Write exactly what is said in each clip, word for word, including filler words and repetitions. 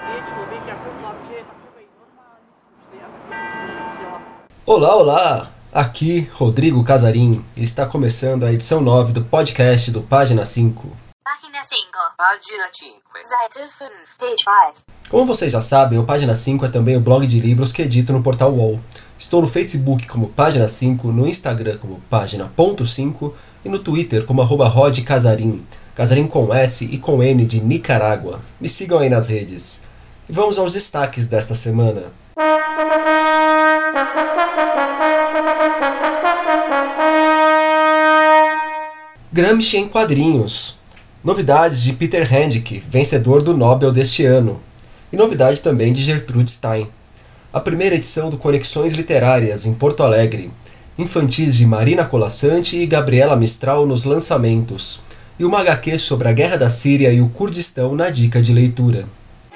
Olá, olá! Aqui, Rodrigo Casarim, e está começando a edição nove do podcast do Página cinco. Página cinco. Página cinco. Seite cinco. Page cinco. Como vocês já sabem, o Página cinco é também o blog de livros que edito no portal U O L. Estou no Facebook como Página cinco, no Instagram como Página ponto cinco e no Twitter como arroba Rod Casarim. Casarim com S e com N de Nicarágua. Me sigam aí nas redes. E vamos aos destaques desta semana. Gramsci em quadrinhos. Novidades de Peter Handke, vencedor do Nobel deste ano. E novidade também de Gertrude Stein. A primeira edição do Conexões Literárias em Porto Alegre. Infantis de Marina Colasanti e Gabriela Mistral nos lançamentos. E uma agá quê sobre a Guerra da Síria e o Kurdistão na dica de leitura.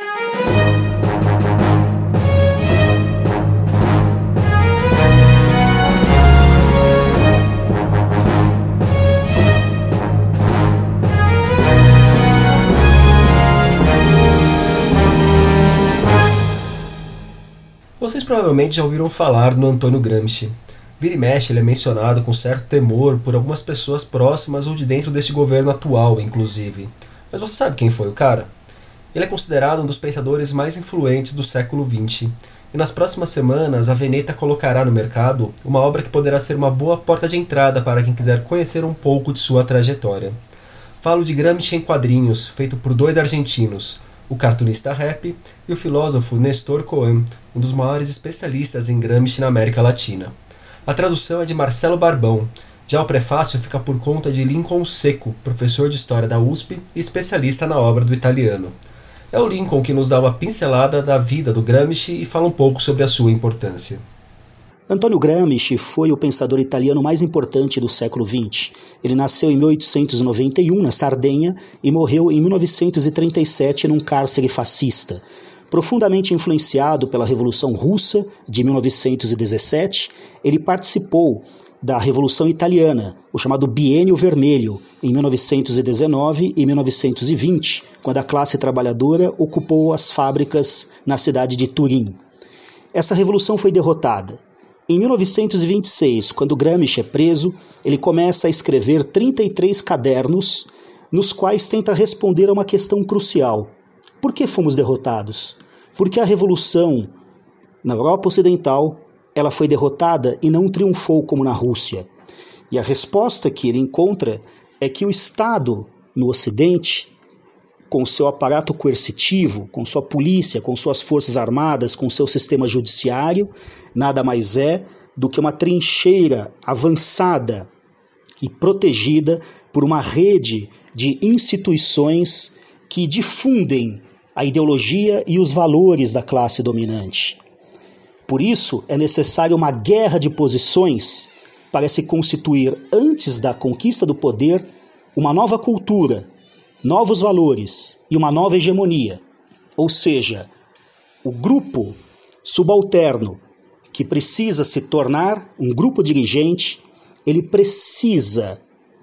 Vocês provavelmente já ouviram falar no Antônio Gramsci. Vira e mexe, ele é mencionado com certo temor por algumas pessoas próximas ou de dentro deste governo atual, inclusive. Mas você sabe quem foi o cara? Ele é considerado um dos pensadores mais influentes do século vinte. E nas próximas semanas, a Veneta colocará no mercado uma obra que poderá ser uma boa porta de entrada para quem quiser conhecer um pouco de sua trajetória. Falo de Gramsci em quadrinhos, feito por dois argentinos, o cartunista Rep e o filósofo Nestor Cohen, um dos maiores especialistas em Gramsci na América Latina. A tradução é de Marcelo Barbão, já o prefácio fica por conta de Lincoln Secco, professor de História da U S P e especialista na obra do italiano. É o Lincoln que nos dá uma pincelada da vida do Gramsci e fala um pouco sobre a sua importância. Antônio Gramsci foi o pensador italiano mais importante do século vinte. Ele nasceu em mil oitocentos e noventa e um, na Sardenha, e morreu em mil novecentos e trinta e sete num cárcere fascista. Profundamente influenciado pela Revolução Russa de mil novecentos e dezessete, ele participou da Revolução Italiana, o chamado Biênio Vermelho, em mil novecentos e dezenove e mil novecentos e vinte, quando a classe trabalhadora ocupou as fábricas na cidade de Turim. Essa revolução foi derrotada. Em mil novecentos e vinte e seis, quando Gramsci é preso, ele começa a escrever trinta e três cadernos, nos quais tenta responder a uma questão crucial. Por que fomos derrotados? Porque a revolução na Europa Ocidental ela foi derrotada e não triunfou como na Rússia. E a resposta que ele encontra é que o Estado no Ocidente, com seu aparato coercitivo, com sua polícia, com suas forças armadas, com seu sistema judiciário, nada mais é do que uma trincheira avançada e protegida por uma rede de instituições que difundem a ideologia e os valores da classe dominante. Por isso, é necessária uma guerra de posições para se constituir, antes da conquista do poder, uma nova cultura, novos valores e uma nova hegemonia. Ou seja, o grupo subalterno que precisa se tornar um grupo dirigente, ele precisa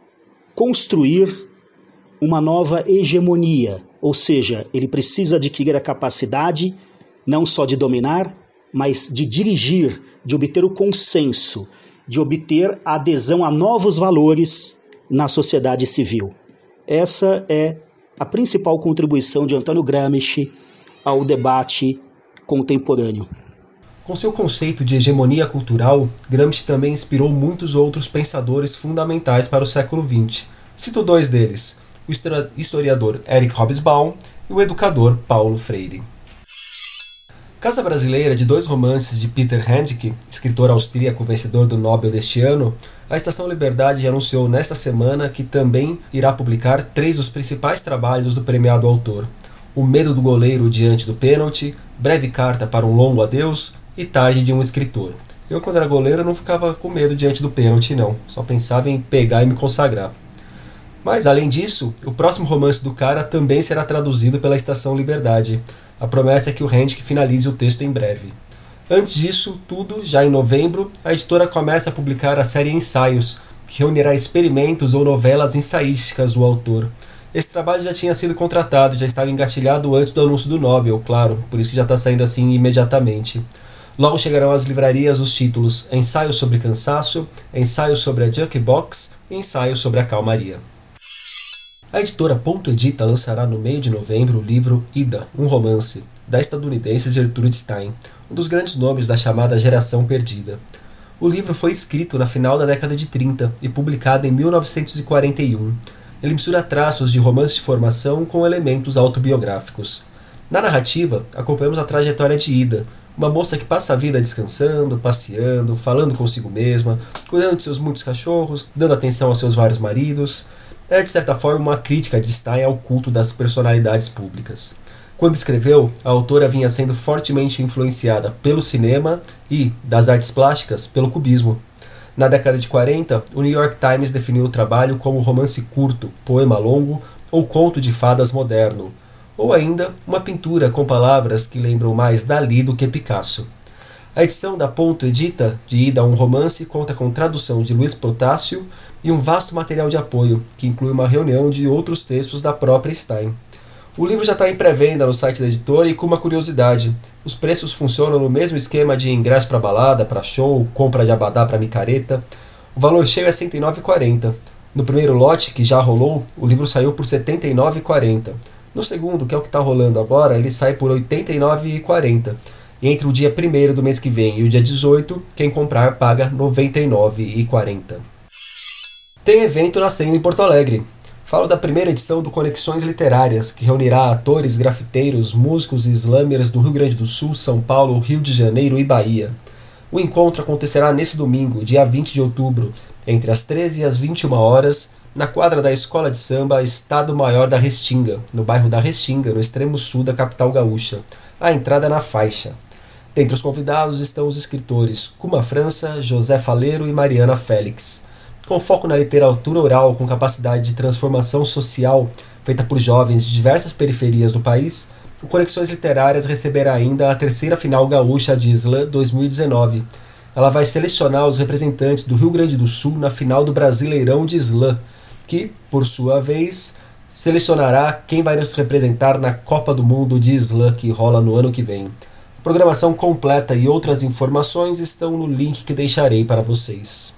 construir uma nova hegemonia. Ou seja, ele precisa adquirir a capacidade não só de dominar, mas de dirigir, de obter o consenso, de obter a adesão a novos valores na sociedade civil. Essa é a principal contribuição de Antônio Gramsci ao debate contemporâneo. Com seu conceito de hegemonia cultural, Gramsci também inspirou muitos outros pensadores fundamentais para o século vinte. Cito dois deles, o historiador Eric Hobsbawm e o educador Paulo Freire. Casa Brasileira, de dois romances de Peter Handke, escritor austríaco vencedor do Nobel deste ano, a Estação Liberdade anunciou nesta semana que também irá publicar três dos principais trabalhos do premiado autor: O Medo do Goleiro Diante do Pênalti, Breve Carta para um Longo Adeus e Tarde de um Escritor. Eu, quando era goleiro, não ficava com medo diante do pênalti, não. Só pensava em pegar e me consagrar. Mas, além disso, o próximo romance do cara também será traduzido pela Estação Liberdade. A promessa é que o Handke finalize o texto em breve. Antes disso tudo, já em novembro, a editora começa a publicar a série Ensaios, que reunirá experimentos ou novelas ensaísticas do autor. Esse trabalho já tinha sido contratado, já estava engatilhado antes do anúncio do Nobel, claro, por isso que já está saindo assim imediatamente. Logo chegarão às livrarias os títulos Ensaio sobre Cansaço, Ensaio sobre a Jukebox e Ensaio sobre a Calmaria. A editora Ponto Edita lançará no meio de novembro o livro Ida, um romance, da estadunidense Gertrude Stein, um dos grandes nomes da chamada Geração Perdida. O livro foi escrito na final da década de trinta e publicado em mil novecentos e quarenta e um. Ele mistura traços de romance de formação com elementos autobiográficos. Na narrativa, acompanhamos a trajetória de Ida, uma moça que passa a vida descansando, passeando, falando consigo mesma, cuidando de seus muitos cachorros, dando atenção aos seus vários maridos. É, de certa forma, uma crítica de Stein ao culto das personalidades públicas. Quando escreveu, a autora vinha sendo fortemente influenciada pelo cinema e, das artes plásticas, pelo cubismo. Na década de quarenta, o New York Times definiu o trabalho como romance curto, poema longo ou conto de fadas moderno, ou ainda uma pintura com palavras que lembram mais Dalí do que Picasso. A edição da Ponto Edita, de Ida a um Romance, conta com tradução de Luiz Protásio e um vasto material de apoio, que inclui uma reunião de outros textos da própria Stein. O livro já está em pré-venda no site da editora e com uma curiosidade, os preços funcionam no mesmo esquema de ingresso para balada, para show, compra de abadá para micareta. O valor cheio é cento e nove reais e quarenta centavos. No primeiro lote, que já rolou, o livro saiu por setenta e nove reais e quarenta centavos. No segundo, que é o que está rolando agora, ele sai por oitenta e nove reais e quarenta centavos. E entre o dia primeiro do mês que vem e o dia dezoito, quem comprar paga noventa e nove reais e quarenta centavos. Tem evento nascendo em Porto Alegre. Falo da primeira edição do Conexões Literárias, que reunirá atores, grafiteiros, músicos e slammers do Rio Grande do Sul, São Paulo, Rio de Janeiro e Bahia. O encontro acontecerá nesse domingo, dia vinte de outubro, entre as treze e as vinte e uma horas, na quadra da Escola de Samba Estado Maior da Restinga, no bairro da Restinga, no extremo sul da capital gaúcha. A entrada é na faixa. Dentre os convidados estão os escritores Kuma França, José Faleiro e Mariana Félix. Com foco na literatura oral com capacidade de transformação social feita por jovens de diversas periferias do país, o Conexões Literárias receberá ainda a terceira final gaúcha de Slam dois mil e dezenove. Ela vai selecionar os representantes do Rio Grande do Sul na final do Brasileirão de Slam, que, por sua vez, selecionará quem vai nos representar na Copa do Mundo de Slam, que rola no ano que vem. A programação completa e outras informações estão no link que deixarei para vocês.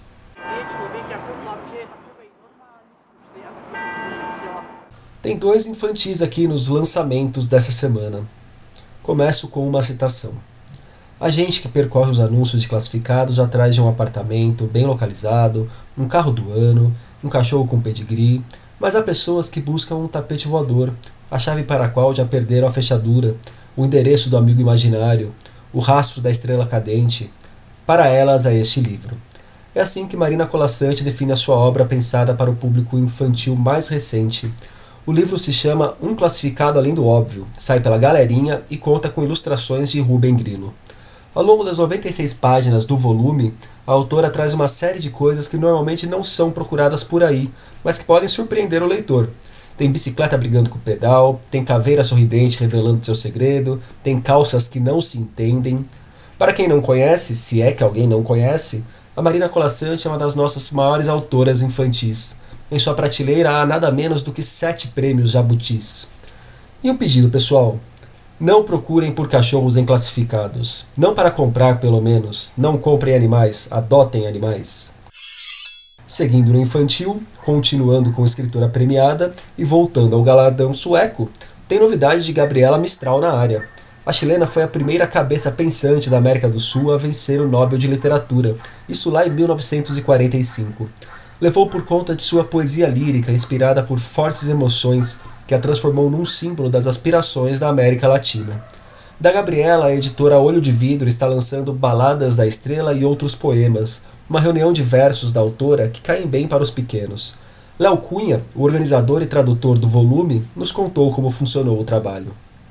Tem dois infantis aqui nos lançamentos dessa semana. Começo com uma citação. A gente que percorre os anúncios de classificados atrás de um apartamento bem localizado, um carro do ano, um cachorro com pedigree, mas há pessoas que buscam um tapete voador, a chave para a qual já perderam a fechadura, o endereço do amigo imaginário, o rastro da estrela cadente. Para elas é este livro. É assim que Marina Colasanti define a sua obra pensada para o público infantil mais recente. O livro se chama Um Classificado Além do Óbvio, sai pela Galerinha e conta com ilustrações de Rubem Grilo. Ao longo das noventa e seis páginas do volume, a autora traz uma série de coisas que normalmente não são procuradas por aí, mas que podem surpreender o leitor. Tem bicicleta brigando com o pedal, tem caveira sorridente revelando seu segredo, tem calças que não se entendem. Para quem não conhece, se é que alguém não conhece, a Marina Colasanti é uma das nossas maiores autoras infantis. Em sua prateleira há nada menos do que sete prêmios jabutis. E um pedido, pessoal. Não procurem por cachorros em classificados. Não para comprar, pelo menos. Não comprem animais, adotem animais. Seguindo no infantil, continuando com escritora premiada e voltando ao galardão sueco, tem novidade de Gabriela Mistral na área. A chilena foi a primeira cabeça pensante da América do Sul a vencer o Nobel de Literatura, isso lá em mil novecentos e quarenta e cinco. Levou por conta de sua poesia lírica inspirada por fortes emoções que a transformou num símbolo das aspirações da América Latina. Da Gabriela, a editora Olho de Vidro está lançando Baladas da Estrela e outros poemas, uma reunião de versos da autora que caem bem para os pequenos. Léo Cunha, o organizador e tradutor do volume, nos contou como funcionou o trabalho.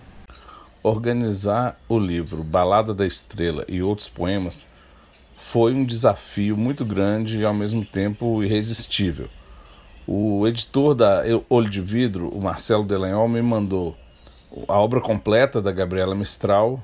Organizar o livro Balada da Estrela e outros poemas foi um desafio muito grande e ao mesmo tempo irresistível. O editor da Olho de Vidro, o Marcelo Delanhol, me mandou a obra completa da Gabriela Mistral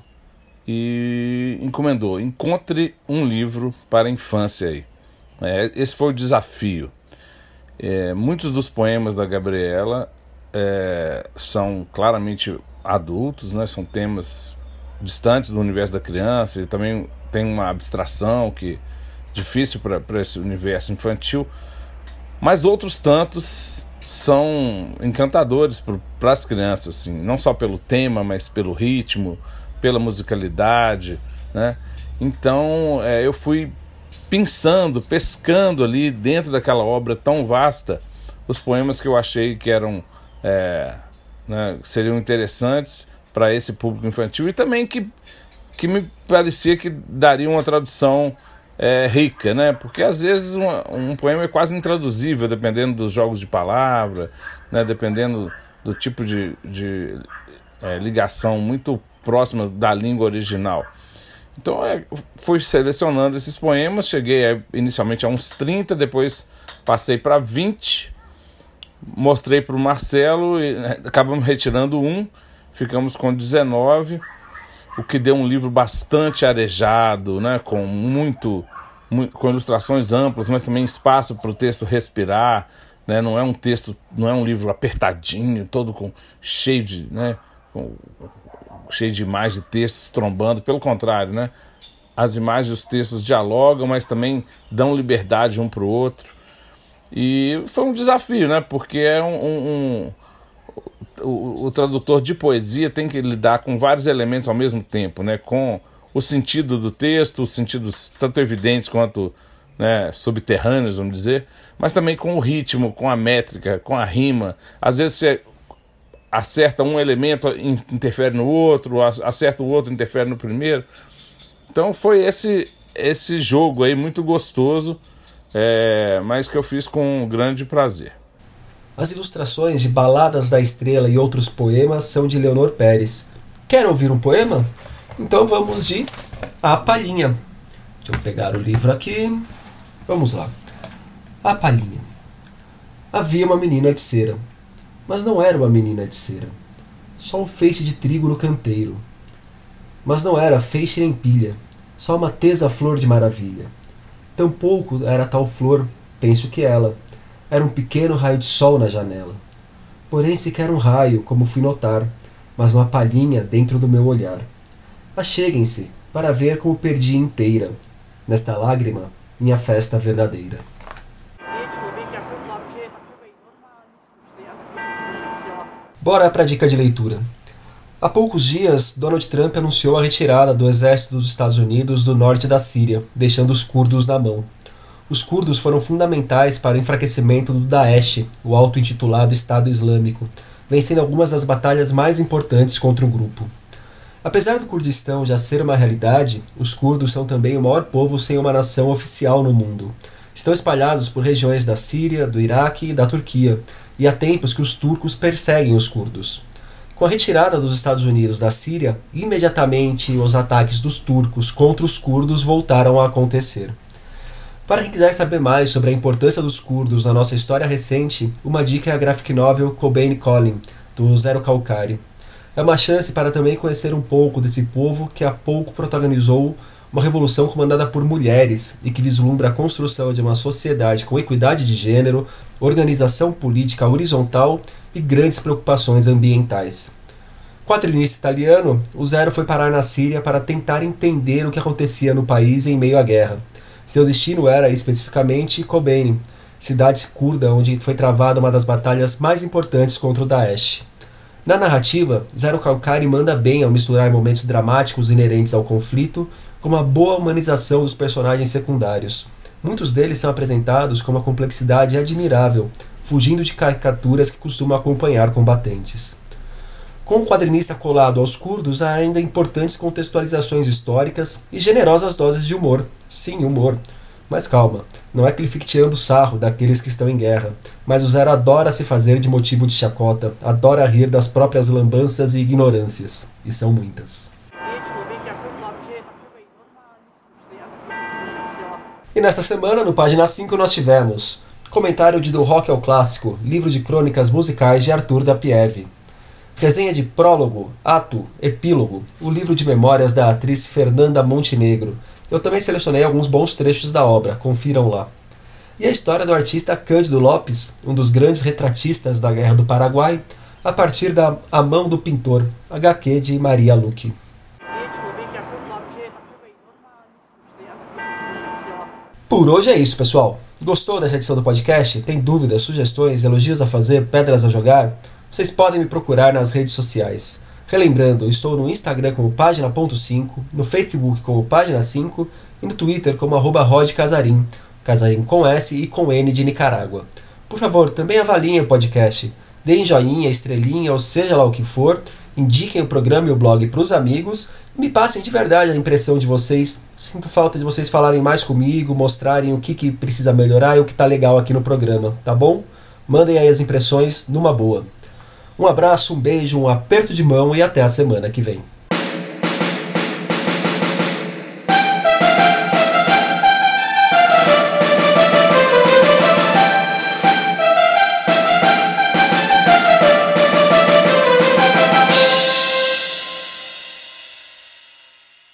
e encomendou: encontre um livro para a infância aí. É, esse foi o desafio. É, muitos dos poemas da Gabriela é, são claramente adultos, né? São temas distantes do universo da criança e também tem uma abstração que é difícil para esse universo infantil, mas outros tantos são encantadores para as crianças, assim, não só pelo tema, mas pelo ritmo, pela musicalidade, né? Então é, eu fui pensando, pescando ali dentro daquela obra tão vasta os poemas que eu achei que eram é, né, seriam interessantes para esse público infantil e também que, que me parecia que daria uma tradução é, rica, né? Porque às vezes uma, um poema é quase intraduzível, dependendo dos jogos de palavra, né? Dependendo do tipo de, de é, ligação muito próxima da língua original. Então é, fui selecionando esses poemas, cheguei a, inicialmente a uns trinta, depois passei para vinte, mostrei para o Marcelo e acabamos retirando um, ficamos com dezenove, o que deu um livro bastante arejado, né, com, muito, muito, com ilustrações amplas, mas também espaço para o texto respirar, né, não é um texto, não é um livro apertadinho, todo com, cheio de, né, com, cheio de imagens e textos trombando, pelo contrário, né, as imagens e os textos dialogam, mas também dão liberdade um para o outro. E foi um desafio, né, porque é um, um, um O, o tradutor de poesia tem que lidar com vários elementos ao mesmo tempo, né? Com o sentido do texto, os sentidos tanto evidentes quanto, né, subterrâneos, vamos dizer, mas também com o ritmo, com a métrica, com a rima. Às vezes você acerta um elemento, interfere no outro, acerta o outro, interfere no primeiro. Então foi esse, esse jogo aí muito gostoso, é, mas que eu fiz com grande prazer. As ilustrações de Baladas da Estrela e outros poemas são de Leonor Pérez. Quer ouvir um poema? Então vamos de A Palhinha. Deixa eu pegar o livro aqui. Vamos lá. A Palhinha. Havia uma menina de cera, mas não era uma menina de cera. Só um feixe de trigo no canteiro. Mas não era feixe nem pilha, só uma tesa flor de maravilha. Tampouco era tal flor, penso que ela era um pequeno raio de sol na janela. Porém sequer um raio, como fui notar, mas uma palhinha dentro do meu olhar. Acheguem-se, para ver como perdi inteira, nesta lágrima, minha festa verdadeira. Bora para a dica de leitura. Há poucos dias, Donald Trump anunciou a retirada do exército dos Estados Unidos do norte da Síria, deixando os curdos na mão. Os curdos foram fundamentais para o enfraquecimento do Daesh, o auto-intitulado Estado Islâmico, vencendo algumas das batalhas mais importantes contra o grupo. Apesar do Kurdistão já ser uma realidade, os curdos são também o maior povo sem uma nação oficial no mundo. Estão espalhados por regiões da Síria, do Iraque e da Turquia, e há tempos que os turcos perseguem os curdos. Com a retirada dos Estados Unidos da Síria, imediatamente os ataques dos turcos contra os curdos voltaram a acontecer. Para quem quiser saber mais sobre a importância dos curdos na nossa história recente, uma dica é a graphic novel Kobane Calling, do Zero Calcari. É uma chance para também conhecer um pouco desse povo que há pouco protagonizou uma revolução comandada por mulheres e que vislumbra a construção de uma sociedade com equidade de gênero, organização política horizontal e grandes preocupações ambientais. Quadrinista italiano, o Zero foi parar na Síria para tentar entender o que acontecia no país em meio à guerra. Seu destino era, especificamente, Kobane, cidade curda onde foi travada uma das batalhas mais importantes contra o Daesh. Na narrativa, Zero Calcari manda bem ao misturar momentos dramáticos inerentes ao conflito com uma boa humanização dos personagens secundários. Muitos deles são apresentados com uma complexidade admirável, fugindo de caricaturas que costumam acompanhar combatentes. Com o quadrinista colado aos curdos, há ainda importantes contextualizações históricas e generosas doses de humor. Sim, humor. Mas calma, não é que ele fique tirando sarro daqueles que estão em guerra, mas o Zero adora se fazer de motivo de chacota, adora rir das próprias lambanças e ignorâncias. E são muitas. E nesta semana, no Página cinco, nós tivemos comentário de Do Rock ao Clássico, livro de crônicas musicais de Arthur da Pieve. Resenha de Prólogo, Ato, Epílogo, o livro de memórias da atriz Fernanda Montenegro. Eu também selecionei alguns bons trechos da obra, confiram lá. E a história do artista Cândido Lopes, um dos grandes retratistas da Guerra do Paraguai, a partir da A Mão do Pintor, agá quê de Maria Luque. Por hoje é isso, pessoal. Gostou dessa edição do podcast? Tem dúvidas, sugestões, elogios a fazer, pedras a jogar? Vocês podem me procurar nas redes sociais. Relembrando, eu estou no Instagram como página ponto cinco, no Facebook como página cinco e no Twitter como arroba Rod Casarim, Casarim com S e com N de Nicarágua. Por favor, também avaliem o podcast. Deem joinha, estrelinha ou seja lá o que for, indiquem o programa e o blog para os amigos e me passem de verdade a impressão de vocês. Sinto falta de vocês falarem mais comigo, mostrarem o que, que precisa melhorar e o que está legal aqui no programa, tá bom? Mandem aí as impressões numa boa. Um abraço, um beijo, um aperto de mão e até a semana que vem.